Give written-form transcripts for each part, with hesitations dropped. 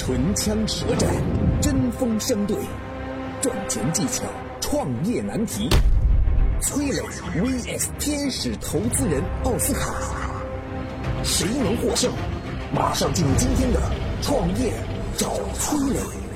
唇枪舌战，针锋相对，赚钱技巧，创业难题。崔磊 vs 天使投资人奥斯卡，谁能获胜？马上进入今天的创业找崔磊。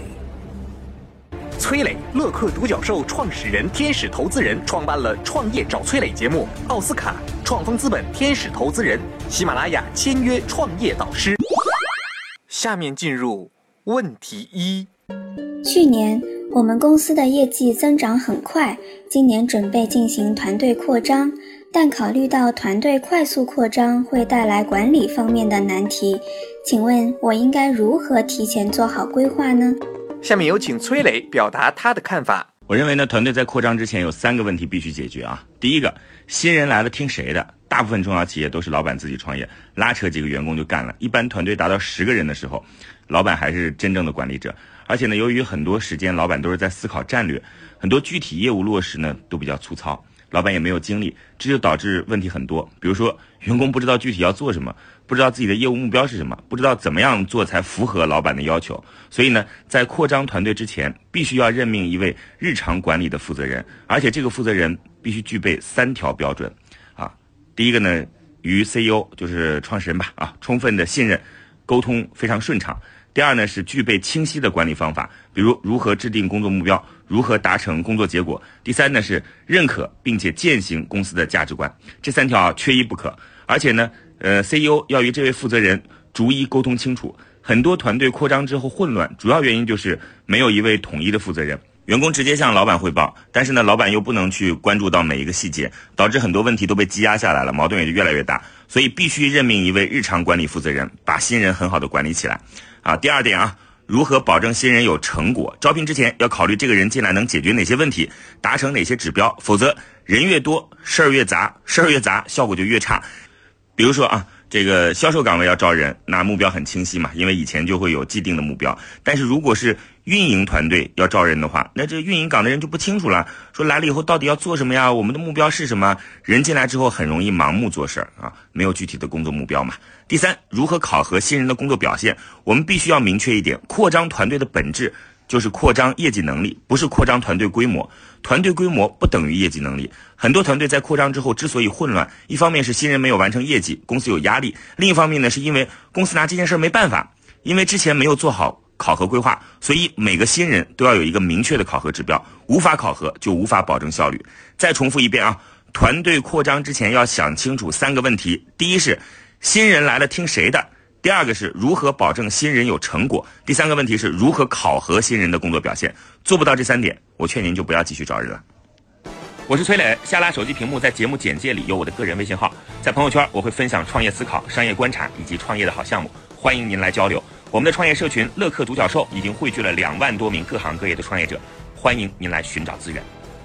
崔磊，乐客独角兽创始人、天使投资人，创办了《创业找崔磊》节目。奥斯卡，创丰资本天使投资人，喜马拉雅签约创业导师。下面进入问题一。 去年我们公司的业绩增长很快，今年准备进行团队扩张，但考虑到团队快速扩张会带来管理方面的难题，请问我应该如何提前做好规划呢？ 下面有请崔磊表达他的看法。 我认为呢，团队在扩张之前有3个问题必须解决啊。第一个，新人来了听谁的？大部分中小企业都是老板自己创业，拉扯几个员工就干了。一般团队达到10个人的时候，老板还是真正的管理者。而且呢，由于很多时间老板都是在思考战略，很多具体业务落实呢都比较粗糙，老板也没有精力，这就导致问题很多。比如说，员工不知道具体要做什么，不知道自己的业务目标是什么，不知道怎么样做才符合老板的要求。所以呢，在扩张团队之前，必须要任命一位日常管理的负责人，而且这个负责人必须具备3条标准啊。第一个呢，与 CEO 就是创始人吧充分的信任，沟通非常顺畅。第二呢，是具备清晰的管理方法，比如如何制定工作目标，如何达成工作结果。第三呢，是认可并且践行公司的价值观。这3条缺一不可。而且呢，CEO 要与这位负责人逐一沟通清楚。很多团队扩张之后混乱，主要原因就是没有一位统一的负责人。员工直接向老板汇报，但是呢，老板又不能去关注到每一个细节，导致很多问题都被积压下来了，矛盾也就越来越大。所以必须任命一位日常管理负责人，把新人很好的管理起来第二点如何保证新人有成果？招聘之前要考虑这个人进来能解决哪些问题，达成哪些指标，否则人越多，事儿越杂，效果就越差。比如说这个销售岗位要招人，那目标很清晰嘛，因为以前就会有既定的目标。但是如果是运营团队要招人的话，那这运营岗的人就不清楚了，说来了以后到底要做什么呀？我们的目标是什么？人进来之后很容易盲目做事没有具体的工作目标嘛。第三，如何考核新人的工作表现？我们必须要明确一点，扩张团队的本质就是扩张业绩能力，不是扩张团队规模。团队规模不等于业绩能力。很多团队在扩张之后之所以混乱，一方面是新人没有完成业绩，公司有压力；另一方面呢，是因为公司拿这件事没办法，因为之前没有做好考核规划，所以每个新人都要有一个明确的考核指标，无法考核就无法保证效率。再重复一遍团队扩张之前要想清楚3个问题。第一是新人来了听谁的？第二个是如何保证新人有成果？第3个问题是如何考核新人的工作表现？做不到这3点，我劝您就不要继续找人了。我是崔磊，下拉手机屏幕，在节目简介里有我的个人微信号，在朋友圈我会分享创业思考、商业观察以及创业的好项目，欢迎您来交流。我们的创业社群乐客独角兽已经汇聚了2万多名各行各业的创业者，欢迎您来寻找资源。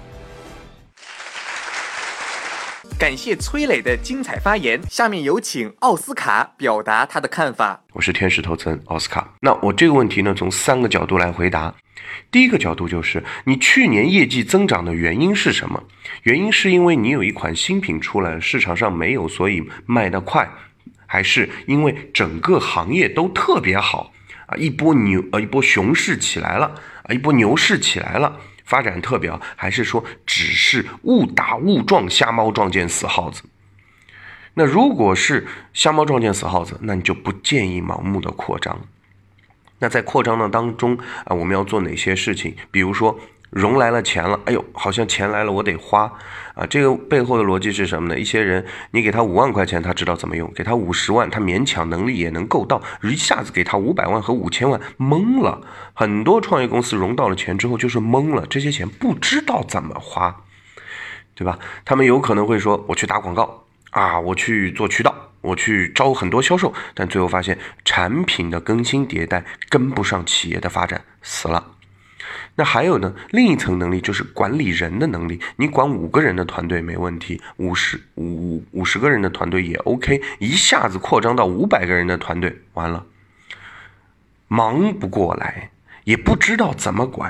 感谢崔磊的精彩发言，下面有请奥斯卡表达他的看法。 我是天使投资人奥斯卡。那我这个问题呢，从3个角度来回答。第一个角度就是你去年业绩增长的原因是什么？原因是因为你有一款新品出来，市场上没有，所以卖得快，还是因为整个行业都特别好一波熊市起来了一波牛市起来了，发展特别好，还是说只是误打误撞，瞎猫撞见死耗子？那如果是瞎猫撞见死耗子，那你就不建议盲目的扩张。那在扩张的当中我们要做哪些事情？比如说融来了钱了，好像钱来了我得花这个背后的逻辑是什么呢？一些人你给他5万块钱他知道怎么用，给他50万他勉强能力也能够到，一下子给他500万和5000万懵了。很多创业公司融到了钱之后就是懵了，这些钱不知道怎么花，对吧？他们有可能会说我去打广告我去做渠道，我去招很多销售，但最后发现产品的更新迭代跟不上企业的发展，死了。那还有呢，另一层能力就是管理人的能力。你管5个人的团队没问题，50个人的团队也 OK， 一下子扩张到500个人的团队，完了，忙不过来，也不知道怎么管。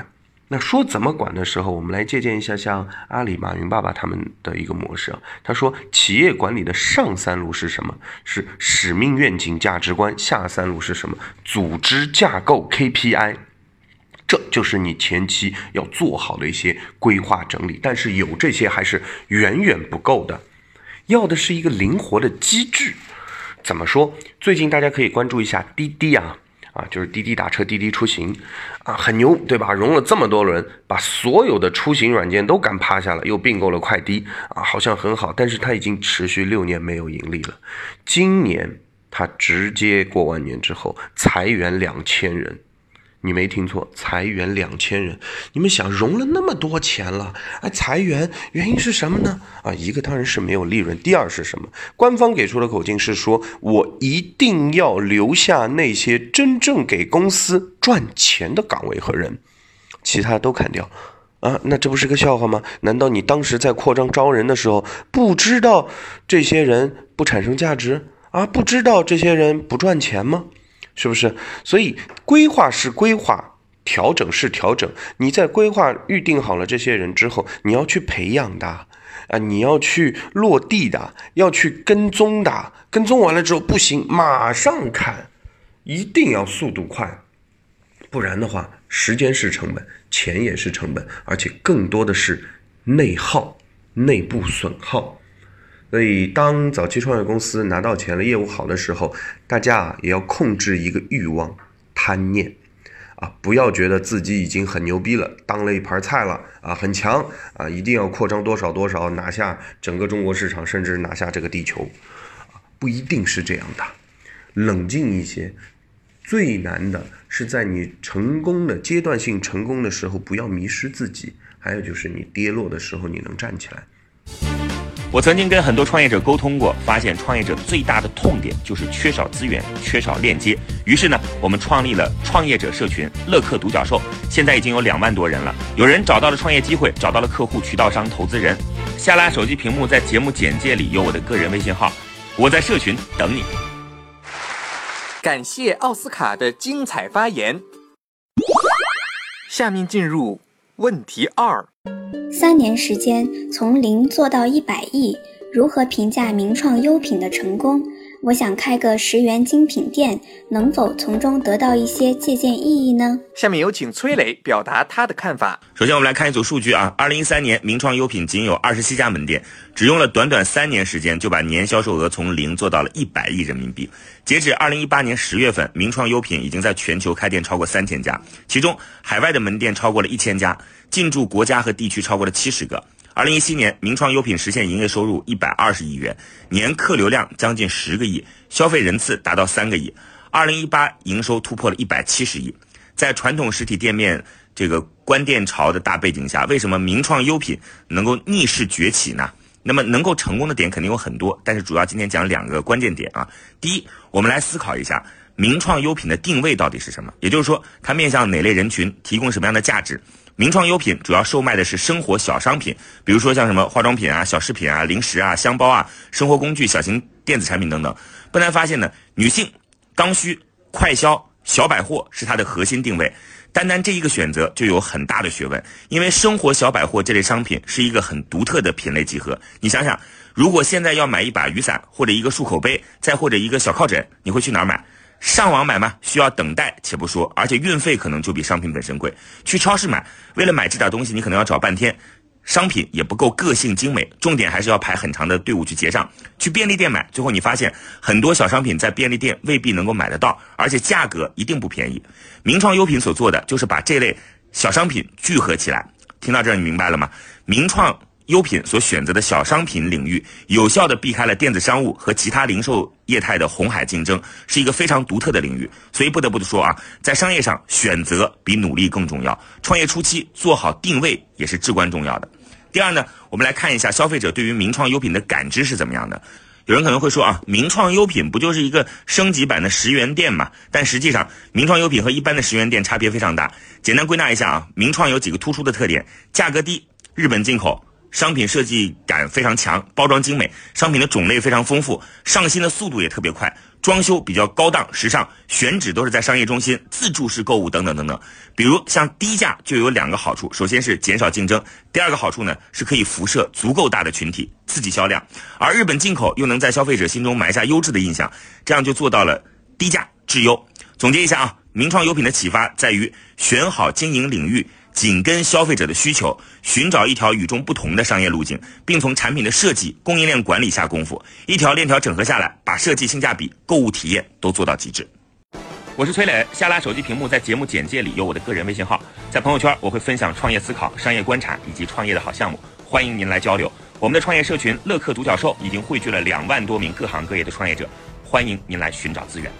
那说怎么管的时候，我们来借鉴一下像阿里、马云爸爸他们的一个模式啊。他说，企业管理的上3路是什么？是使命、愿景、价值观。下3路是什么？组织架构、KPI。这就是你前期要做好的一些规划整理，但是有这些还是远远不够的，要的是一个灵活的机制。怎么说？最近大家可以关注一下滴滴就是滴滴打车、滴滴出行很牛，对吧？融了这么多轮，把所有的出行软件都赶趴下了，又并购了快滴好像很好，但是它已经持续6年没有盈利了。今年它直接过完年之后裁员2000人。你没听错，裁员2000人。你们想，融了那么多钱了，裁员原因是什么呢？一个当然是没有利润，第二是什么？官方给出的口径是说，我一定要留下那些真正给公司赚钱的岗位和人，其他都砍掉。那这不是个笑话吗？难道你当时在扩张招人的时候，不知道这些人不产生价值不知道这些人不赚钱吗？是不是？所以规划是规划，调整是调整。你在规划预定好了这些人之后，你要去培养的你要去落地的，要去跟踪的。跟踪完了之后不行，马上砍，一定要速度快，不然的话，时间是成本，钱也是成本，而且更多的是内耗、内部损耗。所以当早期创业公司拿到钱了，业务好的时候，大家也要控制一个欲望、贪念不要觉得自己已经很牛逼了，当了一盘菜了很强一定要扩张多少多少，拿下整个中国市场，甚至拿下这个地球不一定是这样的。冷静一些，最难的是在你成功的阶段性成功的时候不要迷失自己，还有就是你跌落的时候你能站起来。 我曾经跟很多创业者沟通过，发现创业者最大的痛点就是缺少资源，缺少链接。于是呢，我们创立了创业者社群乐客独角兽，现在已经有2万多人了。有人找到了创业机会，找到了客户、渠道商、投资人。下拉手机屏幕，在节目简介里有我的个人微信号，我在社群等你。 感谢奥斯卡的精彩发言。下面进入问题2。 3年时间从0做到100亿，如何评价名创优品的成功？我想开个10元精品店，能否从中得到一些借鉴意义呢？ 下面有请崔磊表达他的看法。 首先我们来看一组数据2013年名创优品仅有27家门店，只用了短短3年时间就把年销售额从0做到了100亿人民币。截止2018年10月份，名创优品已经在全球开店超过3000家，其中海外的门店超过了1000家，进驻国家和地区超过了70个。2017年，名创优品实现营业收入120亿元，年客流量将近10个亿，消费人次达到3个亿。2018营收突破了170亿。在传统实体店面这个关店潮的大背景下，为什么名创优品能够逆势崛起呢？那么能够成功的点肯定有很多，但是主要今天讲2个关键点第一，我们来思考一下名创优品的定位到底是什么，也就是说它面向哪类人群，提供什么样的价值。名创优品主要售卖的是生活小商品，比如说像什么化妆品小饰品零食香包生活工具、小型电子产品等等。不难发现呢，女性、刚需、快消、小百货是它的核心定位。单单这一个选择就有很大的学问，因为生活小百货这类商品是一个很独特的品类集合。你想想，如果现在要买一把雨伞，或者一个漱口杯，再或者一个小靠枕，你会去哪儿买？上网买吗？需要等待且不说，而且运费可能就比商品本身贵。去超市买，为了买这点东西你可能要找半天，商品也不够个性精美，重点还是要排很长的队伍去结账。去便利店买，最后你发现很多小商品在便利店未必能够买得到，而且价格一定不便宜。名创优品所做的就是把这类小商品聚合起来。听到这儿你明白了吗？名创优品所选择的小商品领域，有效地避开了电子商务和其他零售业态的红海竞争，是一个非常独特的领域。所以不得不说在商业上选择比努力更重要，创业初期做好定位也是至关重要的。第二呢，我们来看一下消费者对于名创优品的感知是怎么样的。有人可能会说名创优品不就是一个升级版的10元店嘛？但实际上名创优品和一般的10元店差别非常大。简单归纳一下名创有几个突出的特点：价格低，日本进口，商品设计感非常强，包装精美，商品的种类非常丰富，上新的速度也特别快， 装修比较高档时尚，选址都是在商业中心、自助式购物等等等等。比如像低价就有2个好处，首先是减少竞争，第2个好处呢是可以辐射足够大的群体，刺激销量。而日本进口又能在消费者心中埋下优质的印象，这样就做到了低价质优。总结一下啊，名创优品的启发在于选好经营领域，紧跟消费者的需求，寻找一条与众不同的商业路径，并从产品的设计、供应链管理下功夫，一条链条整合下来，把设计、性价比、购物体验都做到极致。我是崔磊，下拉手机屏幕在节目简介里有我的个人微信号，在朋友圈我会分享创业思考、商业观察以及创业的好项目，欢迎您来交流。我们的创业社群乐客独角兽已经汇聚了2万多名各行各业的创业者，欢迎您来寻找资源。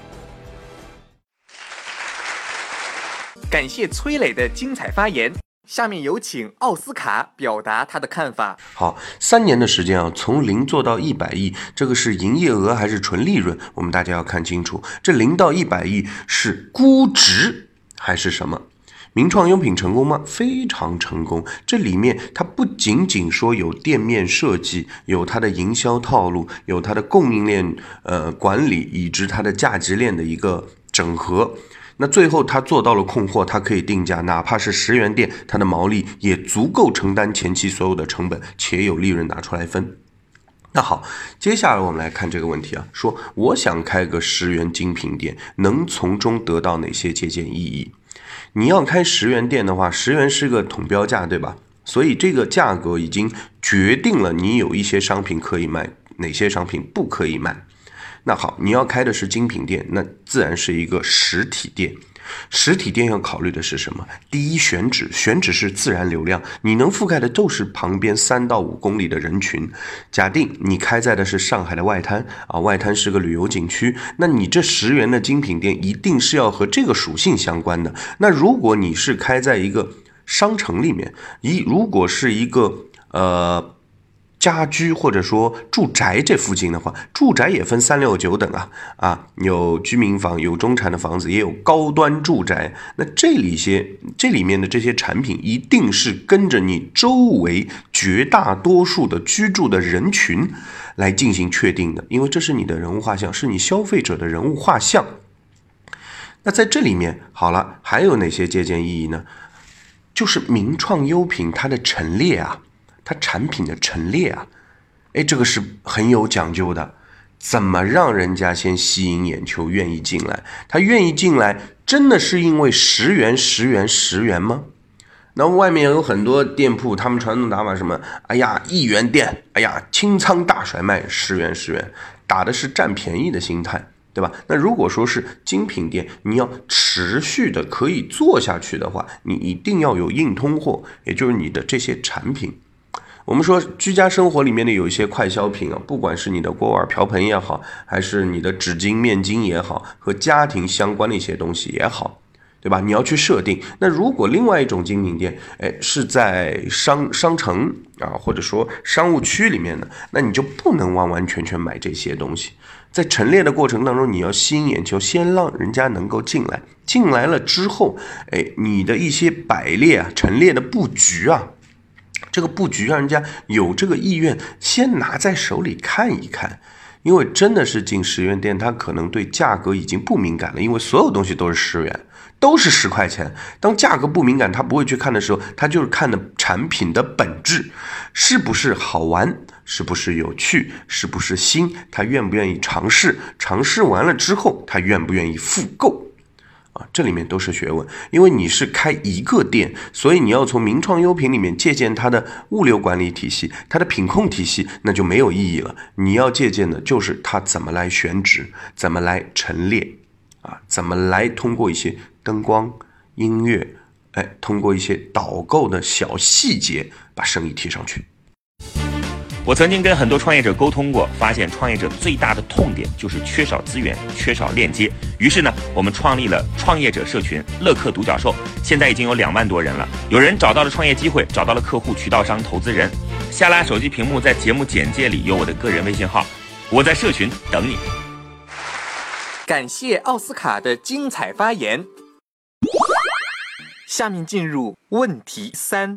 感谢崔磊的精彩发言，下面有请奥斯卡表达他的看法。 好，3年的时间啊，从0做到100亿，这个是营业额还是纯利润？我们大家要看清楚，这0到100亿是估值还是什么？名创优品成功吗？非常成功。这里面它不仅仅说有店面设计，有它的营销套路，有它的供应链管理，以及它的价值链的一个整合。那最后他做到了控货，他可以定价，哪怕是10元店，他的毛利也足够承担前期所有的成本，且有利润拿出来分。那好，接下来我们来看这个问题啊，说我想开个10元精品店，能从中得到哪些借鉴意义？你要开10元店的话，10元是个统标价，对吧？所以这个价格已经决定了你有一些商品可以卖，哪些商品不可以卖。那好，你要开的是精品店，那自然是一个实体店。实体店要考虑的是什么？第一，选址是自然流量，你能覆盖的都是旁边3到5公里的人群。假定你开在的是上海的外滩啊，外滩是个旅游景区，那你这10元的精品店一定是要和这个属性相关的。那如果你是开在一个商城里面，如果是一个家居或者说住宅这附近的话，住宅也分3、6、9等啊，有居民房，有中产的房子，也有高端住宅。那这里面的这些产品一定是跟着你周围绝大多数的居住的人群来进行确定的，因为这是你的人物画像，是你消费者的人物画像。那在这里面好了，还有哪些借鉴意义呢？就是名创优品它的陈列啊，它产品的陈列啊，这个是很有讲究的。怎么让人家先吸引眼球，愿意进来？他愿意进来，真的是因为10元、10元、10元吗？那外面有很多店铺，他们传统打法什么？哎呀，1元店，哎呀，清仓大甩卖，10元、10元，打的是占便宜的心态，对吧？那如果说是精品店，你要持续的可以做下去的话，你一定要有硬通货，也就是你的这些产品。我们说居家生活里面的有一些快消品啊，不管是你的锅碗瓢盆也好，还是你的纸巾面巾也好，和家庭相关的一些东西也好，对吧？你要去设定。那如果另外一种精品店是在商城啊，或者说商务区里面的，那你就不能完完全全买这些东西。在陈列的过程当中，你要吸引眼球，先让人家能够进来，进来了之后你的一些摆列啊，陈列的布局啊，这个布局让人家有这个意愿先拿在手里看一看。因为真的是进10元店，他可能对价格已经不敏感了，因为所有东西都是10元，都是10块钱。当价格不敏感，他不会去看的时候，他就是看的产品的本质，是不是好玩，是不是有趣，是不是新，他愿不愿意尝试，尝试完了之后，他愿不愿意复购啊，这里面都是学问。因为你是开一个店，所以你要从名创优品里面借鉴它的物流管理体系，它的品控体系，那就没有意义了。你要借鉴的就是它怎么来选址，怎么来陈列啊，怎么来通过一些灯光、音乐，通过一些导购的小细节把生意提上去。 我曾经跟很多创业者沟通过，发现创业者最大的痛点就是缺少资源，缺少链接。于是呢，我们创立了创业者社群乐客独角兽，现在已经有2万多人了。有人找到了创业机会，找到了客户、渠道商、投资人。下拉手机屏幕，在节目简介里有我的个人微信号，我在社群等你。 感谢奥斯卡的精彩发言。下面进入问题3。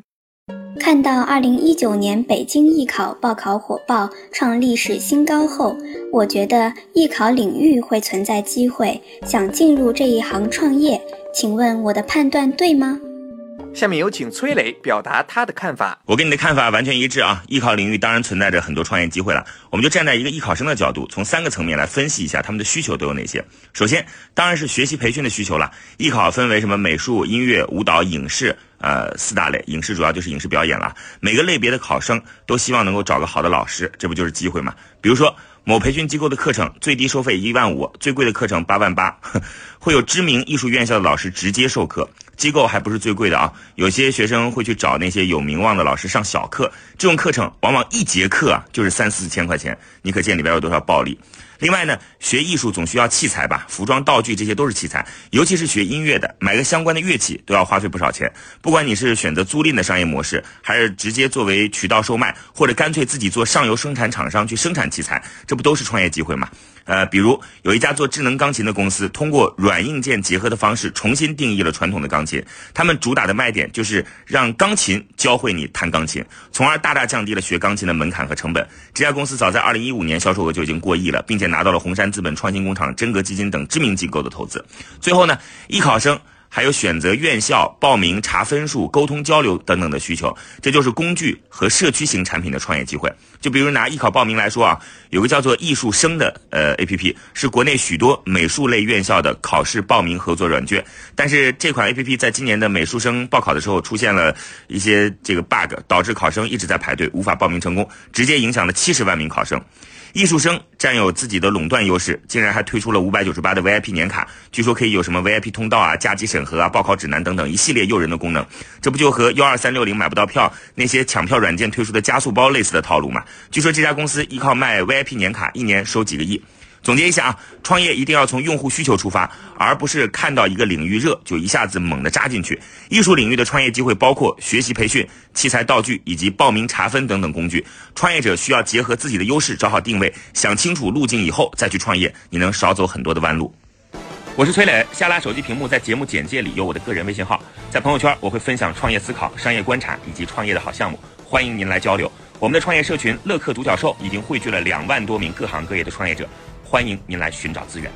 看到2019年北京艺考报考火爆，创历史新高后，我觉得艺考领域会存在机会，想进入这一行创业，请问我的判断对吗？ 下面有请崔磊表达他的看法。 我跟你的看法完全一致啊！艺考领域当然存在着很多创业机会了，我们就站在一个艺考生的角度，从3个层面来分析一下他们的需求都有哪些。首先当然是学习培训的需求了，艺考分为什么美术、音乐、舞蹈、影视4大类，影视主要就是影视表演了。每个类别的考生都希望能够找个好的老师，这不就是机会吗？比如说某培训机构的课程最低收费15000，最贵的课程88000，会有知名艺术院校的老师直接授课，机构还不是最贵的啊，有些学生会去找那些有名望的老师上小课，这种课程往往1节课啊就是3-4千块钱，你可见里边有多少暴利。另外呢，学艺术总需要器材吧，服装道具这些都是器材，尤其是学音乐的，买个相关的乐器都要花费不少钱。不管你是选择租赁的商业模式，还是直接作为渠道售卖，或者干脆自己做上游生产厂商去生产器材，这不都是创业机会吗？比如有一家做智能钢琴的公司，通过软硬件结合的方式重新定义了传统的钢琴，他们主打的卖点就是让钢琴教会你弹钢琴，从而大大降低了学钢琴的门槛和成本。这家公司早在2015年销售额就已经过亿了，并且拿到了红杉资本、创新工厂、真格基金等知名机构的投资。最后呢，艺考生还有选择院校、报名、查分数、沟通交流等等的需求，这就是工具和社区型产品的创业机会。就比如拿艺考报名来说啊，有个叫做艺术生的APP， 是国内许多美术类院校的考试报名合作软件。但是这款 APP 在今年的美术生报考的时候出现了一些这个 bug， 导致考生一直在排队，无法报名成功，直接影响了70万名考生。艺术生占有自己的垄断优势，竟然还推出了598的 VIP 年卡，据说可以有什么 VIP 通道啊、加急审核啊、报考指南等等一系列诱人的功能。这不就和12360买不到票那些抢票软件推出的加速包类似的套路吗？据说这家公司依靠卖 VIP 年卡，一年收几个亿。总结一下啊，创业一定要从用户需求出发，而不是看到一个领域热就一下子猛地扎进去。艺术领域的创业机会包括学习培训、器材道具以及报名查分等等工具。创业者需要结合自己的优势，找好定位，想清楚路径以后再去创业，你能少走很多的弯路。我是崔磊，下拉手机屏幕，在节目简介里有我的个人微信号，在朋友圈我会分享创业思考、商业观察以及创业的好项目，欢迎您来交流。我们的创业社群乐客独角兽已经汇聚了2万多名各行各业的创业者，欢迎您来寻找资源。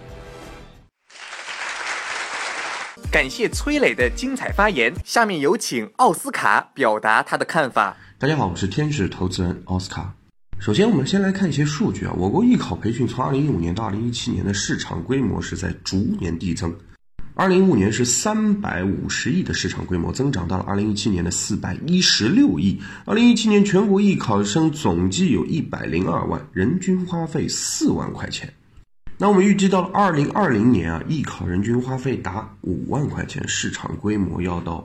感谢崔磊的精彩发言，下面有请奥斯卡表达他的看法。 大家好，我是天使投资人奥斯卡。首先我们先来看一些数据啊，我国艺考培训从2015年到2017年的市场规模是在逐年递增。2015年是350亿的市场规模，增长到了2017年的416亿。2017年全国艺考生总计有102万，人均花费4万块钱。那我们预计到了2020年啊，艺考人均花费达5万块钱，市场规模要到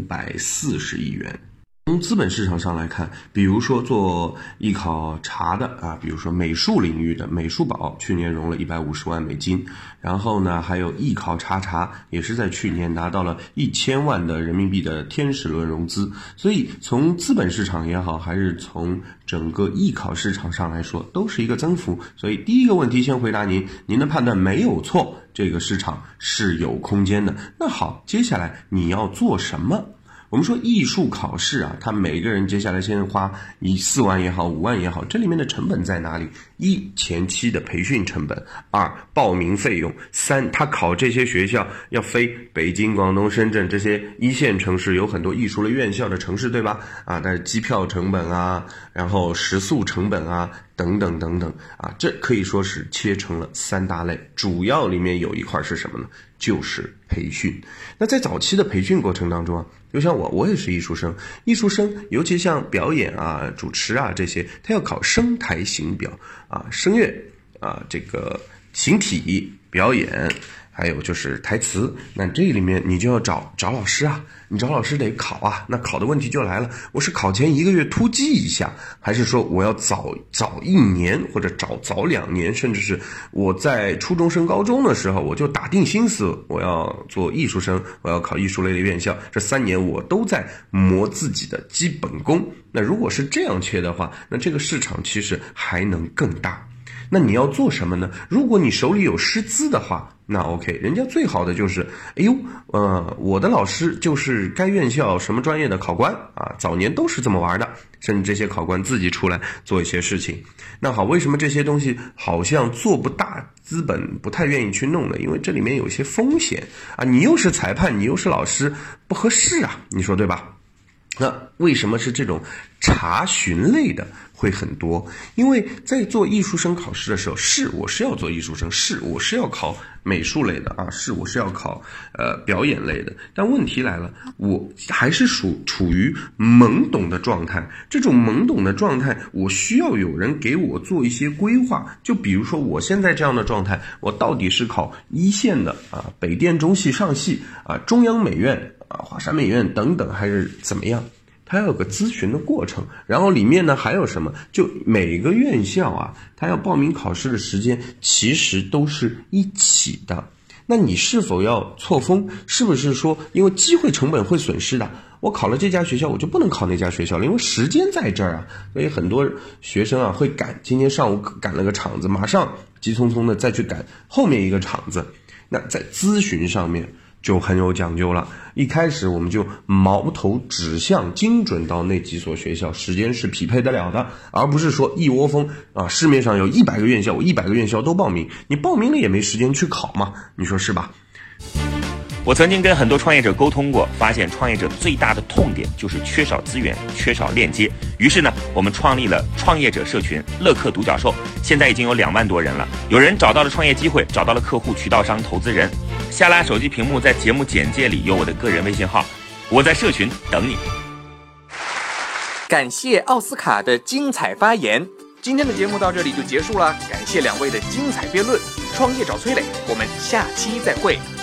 540亿元。从资本市场上来看，比如说做艺考查的啊，比如说美术领域的美术宝，去年融了150万美金，然后呢，还有艺考查也是在去年拿到了1000万的人民币的天使轮融资。所以从资本市场也好，还是从整个艺考市场上来说，都是一个增幅。所以第一个问题先回答您的判断没有错，这个市场是有空间的。那好，接下来你要做什么？我们说艺术考试啊，他每个人接下来先花4万也好5万也好，这里面的成本在哪里？1前期的培训成本，2报名费用，3他考这些学校要飞北京、广东、深圳这些一线城市，有很多艺术类院校的城市，对吧？啊，但是机票成本啊，然后食宿成本啊，等等等等啊，这可以说是切成了3大类，主要里面有一块是什么呢？就是培训。那在早期的培训过程当中啊，就像我也是艺术生，尤其像表演啊、主持啊这些，他要考声台形表啊、声乐啊、这个形体表演，还有就是台词。那这里面你就要找老师啊，你找老师得考啊。那考的问题就来了，我是考前1个月突击一下，还是说我要早1年，或者早2年，甚至是我在初中升高中的时候，我就打定心思我要做艺术生，我要考艺术类的院校，这3年我都在磨自己的基本功。那如果是这样切的话，那这个市场其实还能更大。 那你要做什么呢？如果你手里有师资的话，那 OK， 人家最好的就是，我的老师就是该院校什么专业的考官啊，早年都是这么玩的，甚至这些考官自己出来做一些事情。那好，为什么这些东西好像做不大，资本不太愿意去弄呢？因为这里面有一些风险啊，你又是裁判，你又是老师，不合适啊，你说对吧？那为什么是这种查询类的会很多？因为在做艺术生考试的时候，我是要做艺术生，我是要考美术类的啊，我是要考表演类的。但问题来了，我还是处于懵懂的状态。这种懵懂的状态，我需要有人给我做一些规划。就比如说我现在这样的状态，我到底是考一线的啊，北电、中戏、上戏啊，中央美院啊，华山美院等等，还是怎么样？它要有个咨询的过程，然后里面呢还有什么？就每个院校啊，它要报名考试的时间其实都是一起的。那你是否要错峰？是不是说因为机会成本会损失的？我考了这家学校，我就不能考那家学校了，因为时间在这儿啊。所以很多学生啊会赶，今天上午赶了个场子，马上急匆匆的再去赶后面一个场子。那在咨询上面就很有讲究了，一开始我们就矛头指向精准到那几所学校，时间是匹配得了的，而不是说一窝蜂啊，市面上有100个院校，我100个院校都报名，你报名了也没时间去考嘛，你说是吧？ 我曾经跟很多创业者沟通过，发现创业者最大的痛点就是缺少资源，缺少链接。于是呢，我们创立了创业者社群乐客独角兽，现在已经有2万多人了。有人找到了创业机会，找到了客户、渠道商、投资人。下拉手机屏幕，在节目简介里有我的个人微信号，我在社群等你。 感谢奥斯卡的精彩发言。今天的节目到这里就结束了，感谢2位的精彩辩论。创业找崔磊，我们下期再会。